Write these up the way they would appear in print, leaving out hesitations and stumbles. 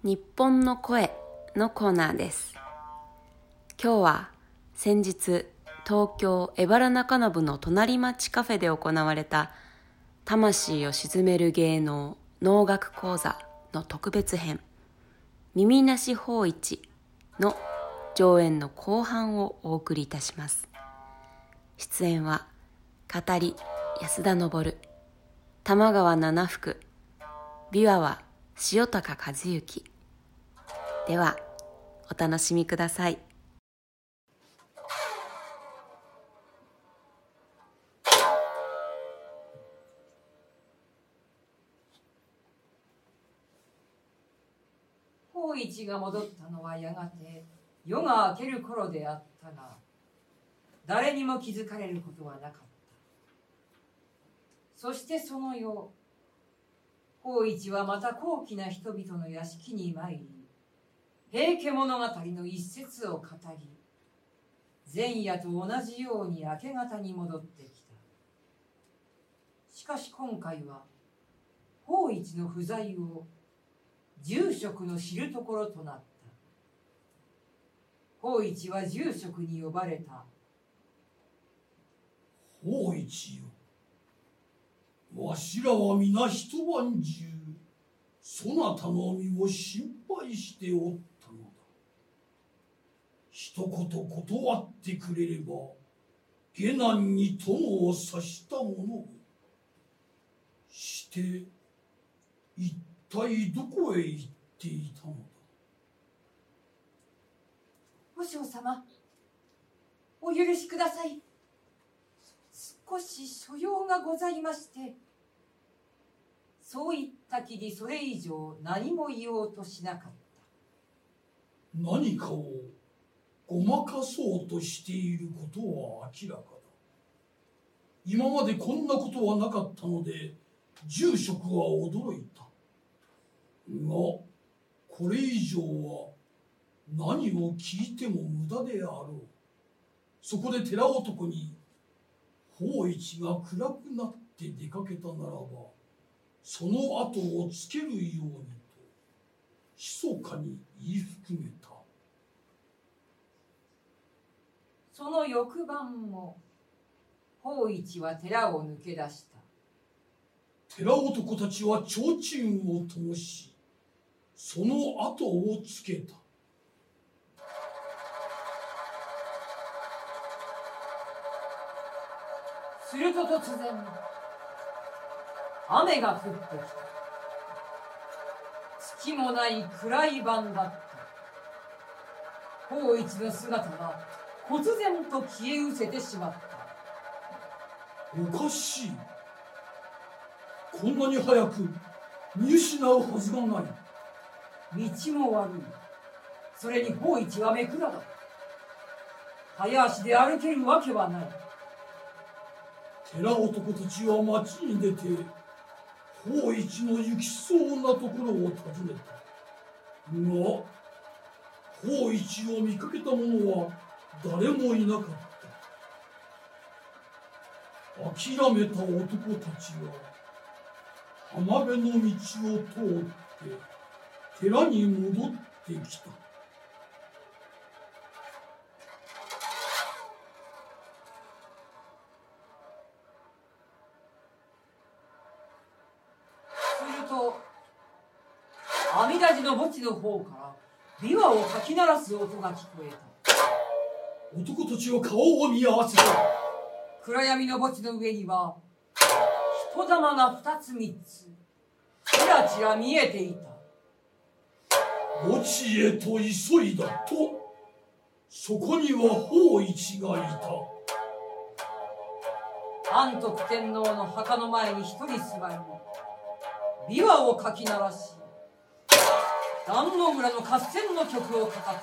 日本の声のコーナーです。今日は先日東京荏原中延の隣町カフェで行われた魂を鎮める芸能能楽講座の特別編耳なし芳一の上演の後半をお送りいたします。出演は語り安田昇、玉川七福、琵琶は塩高和幸。ではお楽しみください。 芳一が戻ったのはやがて夜が明ける頃であったが、誰にも気づかれることはなかった。そしてその夜、芳一はまた高貴な人々の屋敷に参り、平家物語の一節を語り、前夜と同じように明け方に戻ってきた。しかし今回は芳一の不在を住職の知るところとなった。芳一は住職に呼ばれた。 芳一よ、わしらは皆一晩中そなたの身を心配しておったのだ。一言断ってくれれば下男に友を刺したものをして一体どこへ行っていたのだ。 和尚様、お許しください。少し所用がございまして。そう言ったきりそれ以上何も言おうとしなかった。 何かをごまかそうとしていることは明らかだ。今までこんなことはなかったので住職は驚いた。がこれ以上は何を聞いても無駄であろう。そこで寺男に芳一が暗くなって出かけたならばその後をつけるようにと密かに言い含めた。 その翌晩も芳一は寺を抜け出した。 寺男たちは提灯を灯しその後をつけた。 すると突然雨が降ってきた。月もない暗い晩だった。芳一の姿が忽然と消え失せてしまった。 おかしい。こんなに早く見失うはずがない。 道も悪い。それに芳一はめくらだ。早足で歩けるわけはない。 寺男たちは町に出て芳一の行きそうなところを訪ねた。が芳一を見かけた者は誰もいなかった。諦めた男たちは浜辺の道を通って寺に戻ってきた。 阿弥陀寺の墓地の方から琵琶をかき鳴らす音が聞こえた。 男たちは顔を見合わせた。 暗闇の墓地の上には人玉が2つ3つちらちら見えていた。 墓地へと急いだとそこには芳一がいた。 安徳天皇の墓の前に一人座り琵琶をかき鳴らし壇の浦の合戦の曲を語っていた。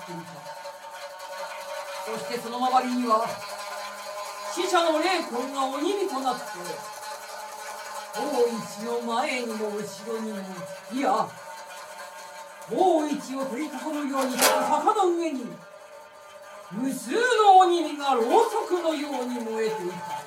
そしてその周りには死者の霊魂が鬼火となって芳一の前にも後ろにも、いや芳一を取り囲むように立つ墓の上に無数の鬼火がろうそくのように燃えていた。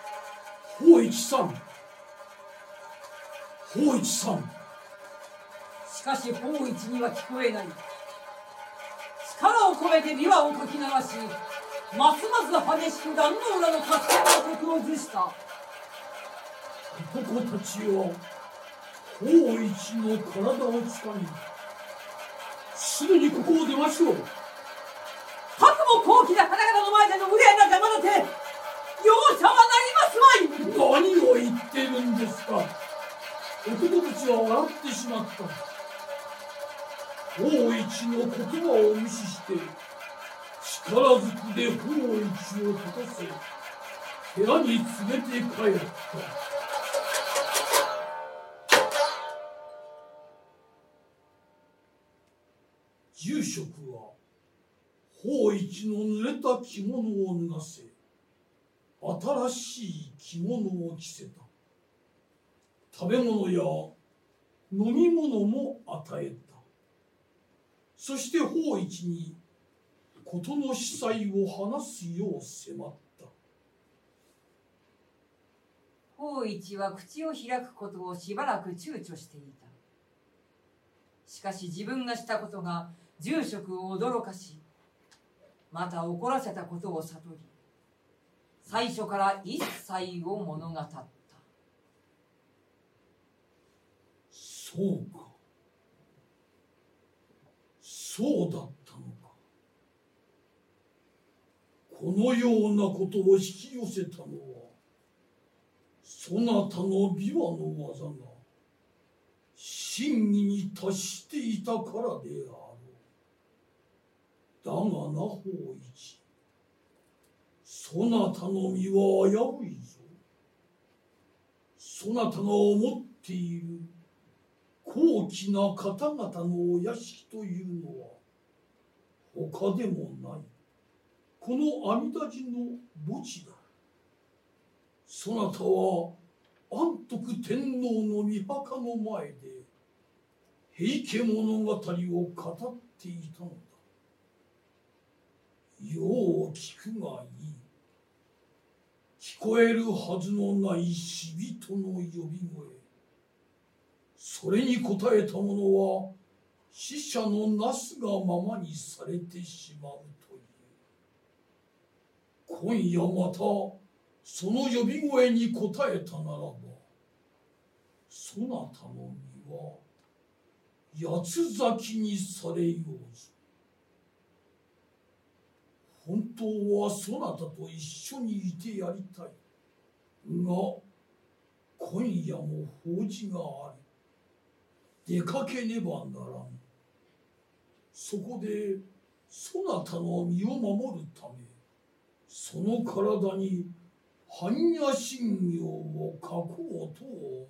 芳一さん、芳一さん、 かし法一には聞こえない。力を込めて琵琶をかき流し、ますます激しく壇の浦の合戦の徳を図した。 男たちは法一の体をつかみ、すぐにここを出ましょう。 かくも高貴な方々の前での無礼な邪魔だて、容赦はなりますまい。 何を言っているんですか。男たちは笑ってしまった。法一の言葉を無視して力ずくで法一を立たせ部屋に連れて帰った。住職は法一の濡れた着物を脱がせ新しい着物を着せた。食べ物や飲み物も与えた。そして法一に事の司祭を話すよう迫った。 法一は口を開くことをしばらく躊躇していた。しかし自分がしたことが住職を驚かし、また怒らせたことを悟り、最初から一切を物語った。 そうか。そうだったのか。このようなことを引き寄せたのは、そなたの琵琶の技が真偽に達していたからであろう。だがな法一、そなたの身は危ういぞ。そなたが思っている高貴な方々のお屋敷というのは他でもないこの阿弥陀寺の墓地だ。そなたは安徳天皇の御墓の前で平家物語を語っていたのだ。よう聞くがいい。聞こえるはずのない死人の呼び声、それに応えた者は死者のなすがままにされてしまうという。今夜またその呼び声に応えたならば、そなたの身は八つ咲きにされようぞ。本当はそなたと一緒にいてやりたいが、今夜も法事があり出かけねばならぬ。そこでそなたの身を守るため、その体に般若心経を書こうと思う。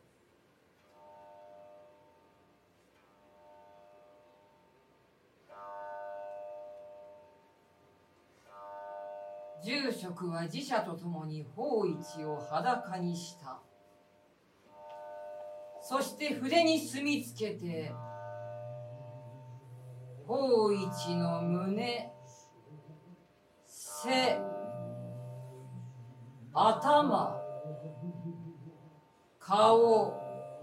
住職は寺社とともに法一を裸にした。そして筆に墨つけて法一の胸、背、頭、顔、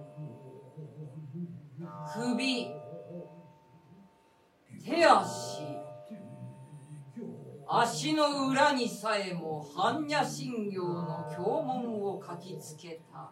首、手足、足の裏にさえも般若心経の経文を書きつけた。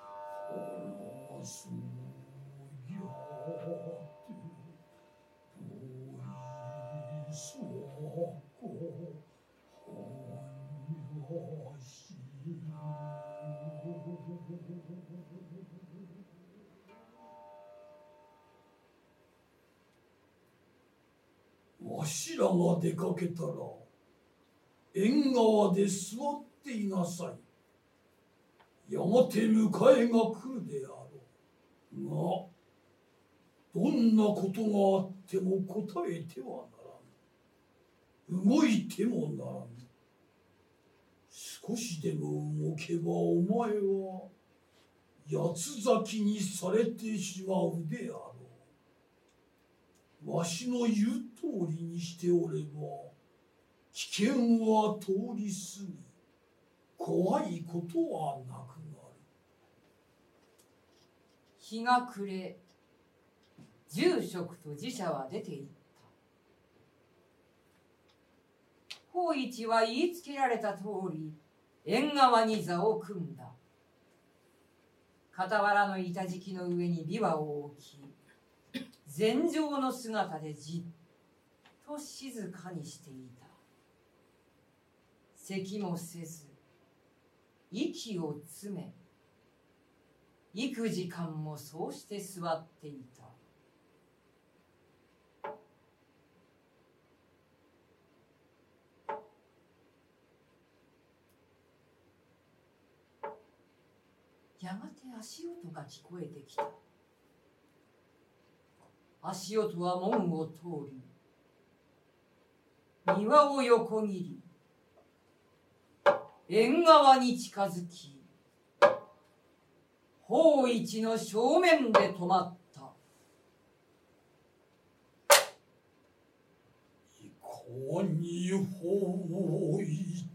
わしらが出かけたら縁側で座っていなさい。やがて迎えが来るであろうが、どんなことがあっても答えてはならぬ。動いてもならぬ。少しでも動けばお前は八つ咲きにされてしまうであろう。わしの言う通りにしておれば危険は通り過ぎ、怖いことはなくなる。 日が暮れ、 住職と寺社は出て行った。法一は言いつけられた通り縁側に座を組んだ。傍らの板敷きの上に琵琶を置き、禅定の姿でじっと静かにしていた。咳もせず息を詰め、幾時間もそうして座っていた。やがて足音が聞こえてきた。足音は門を通り、庭を横切り、縁側に近づき、法一の正面で止まった。 いかに法一。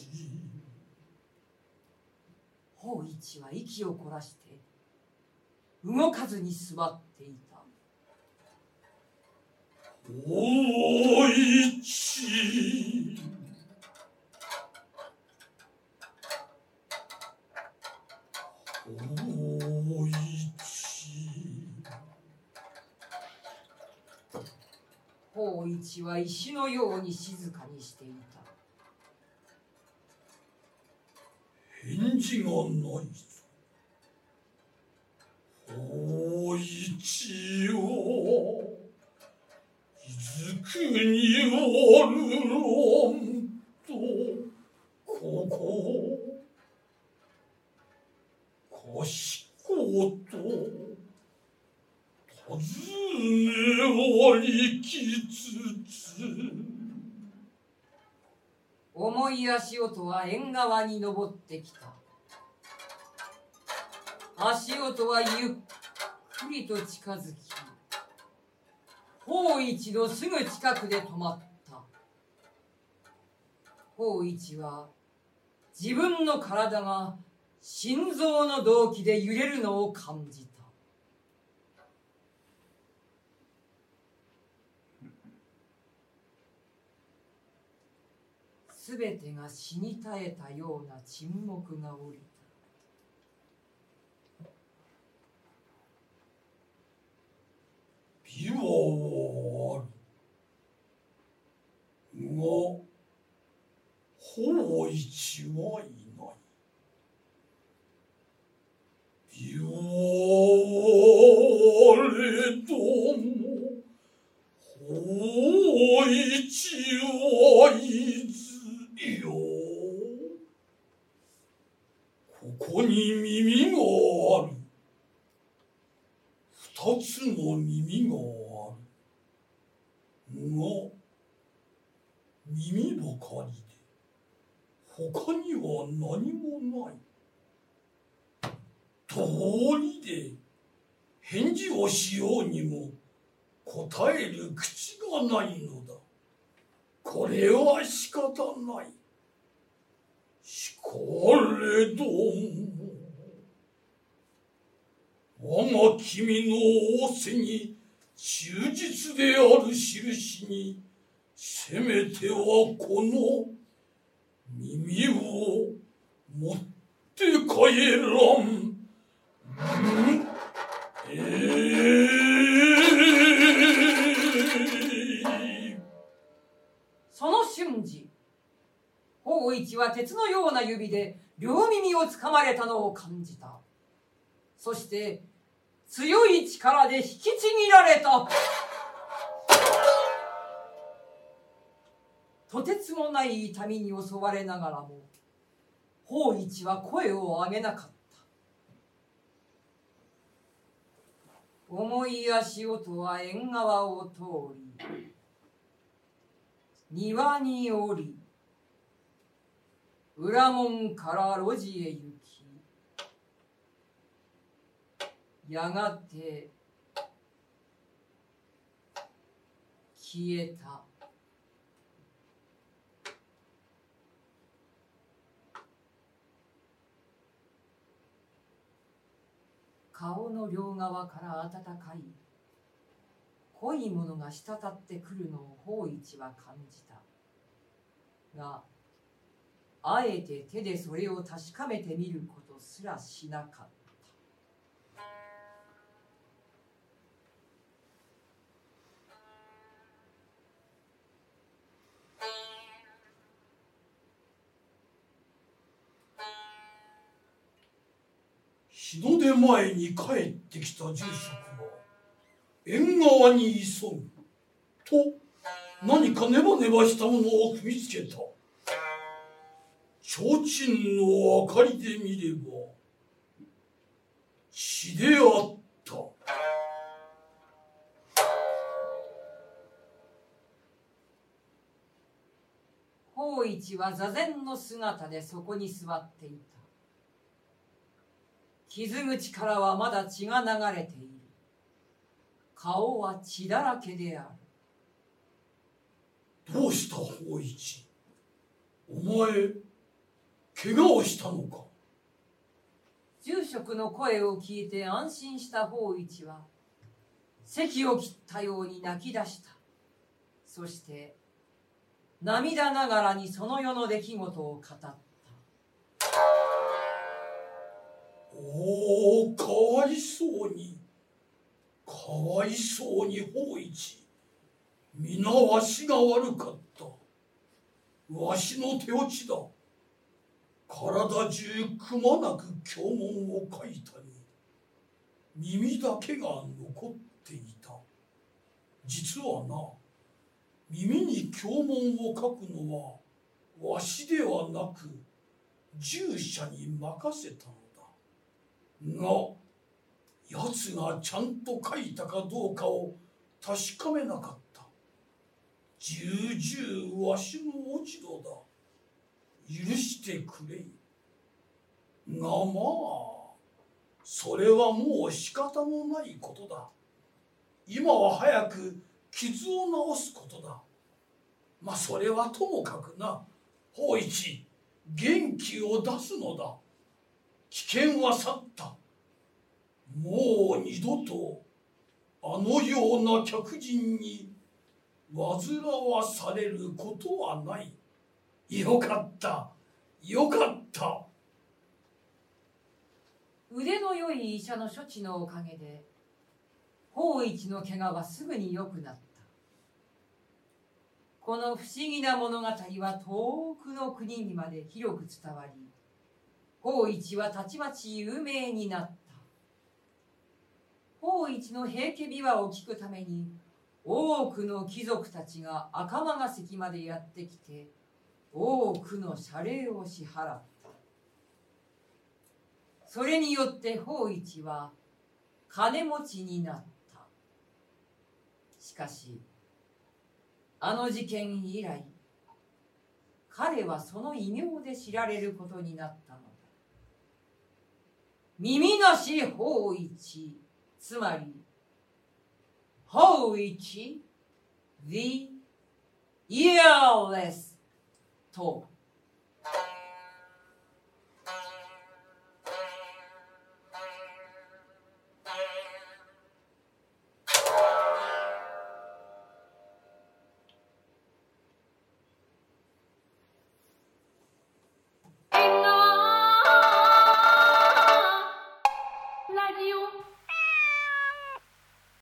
法一は息を凝らして動かずに座っていた。 法一。法一。 法一は石のように静かにしていた。 返事がないぞ。法一よ。いずくにおるろんと、ここ。かしこと尋ねおりきつつ。 重い足音は縁側に登ってきた。足音はゆっくりと近づき、法一のすぐ近くで止まった。法一は自分の体が心臓の動悸で揺れるのを感じた。すべてが死に絶えたような沈黙が降りた。 琵琶はあるが法一はいない。琵琶はれども法一はいずよ。ここに耳がある。二つの耳があるが、耳ばかりで他には何もない。道理で返事をしようにも答える口がないのだ。これは仕方ない。しかれども我が君の仰せに忠実である印に、せめてはこの耳を持って帰らん。 その瞬時、法一は鉄のような指で両耳をつかまれたのを感じた。そして強い力で引きちぎられた。とてつもない痛みに襲われながらも、法一は声を上げなかった。重い足音は縁側を通り、庭に降り、裏門から路地へ行き、やがて消えた。顔の両側から温かい濃いものが滴ってくるのを芳一は感じたが、あえて手でそれを確かめてみることすらしなかった。 日の出前に帰ってきた住職は縁側に急ぐと何かネバネバしたものを踏みつけた。提灯の明かりで見れば血であった。 芳一は座禅の姿でそこに座っていた。傷口からはまだ血が流れている。顔は血だらけである。 どうした芳一、お前怪我をしたのか。 住職の声を聞いて安心した芳一は咳を切ったように泣き出した。そして涙ながらにその世の出来事を語った。 おお、かわいそうに、かわいそうに芳一、皆わしが悪かった。わしの手落ちだ。体中くまなく経文を書いたに耳だけが残っていた。実はな、耳に経文を書くのはわしではなく従者に任せたのだが、奴がちゃんと書いたかどうかを確かめなかった。重々わしの落ち度だ。許してくれ。がまあ、それはもう仕方のないことだ。今は早く傷を治すことだ。まあそれはともかくな、芳一、元気を出すのだ。危険は去った。もう二度とあのような客人に煩わされることはない。よかった、よかった。 腕の良い医者の処置のおかげで芳一の怪我はすぐに良くなった。この不思議な物語は遠くの国にまで広く伝わり、芳一はたちまち有名になった。芳一の平家琵琶を聞くために多くの貴族たちが赤間ヶ関までやってきて多くの謝礼を支払った。それによって芳一は金持ちになった。しかしあの事件以来、彼はその異名で知られることになったのだ。耳なし芳一、つまり芳一 The Earless と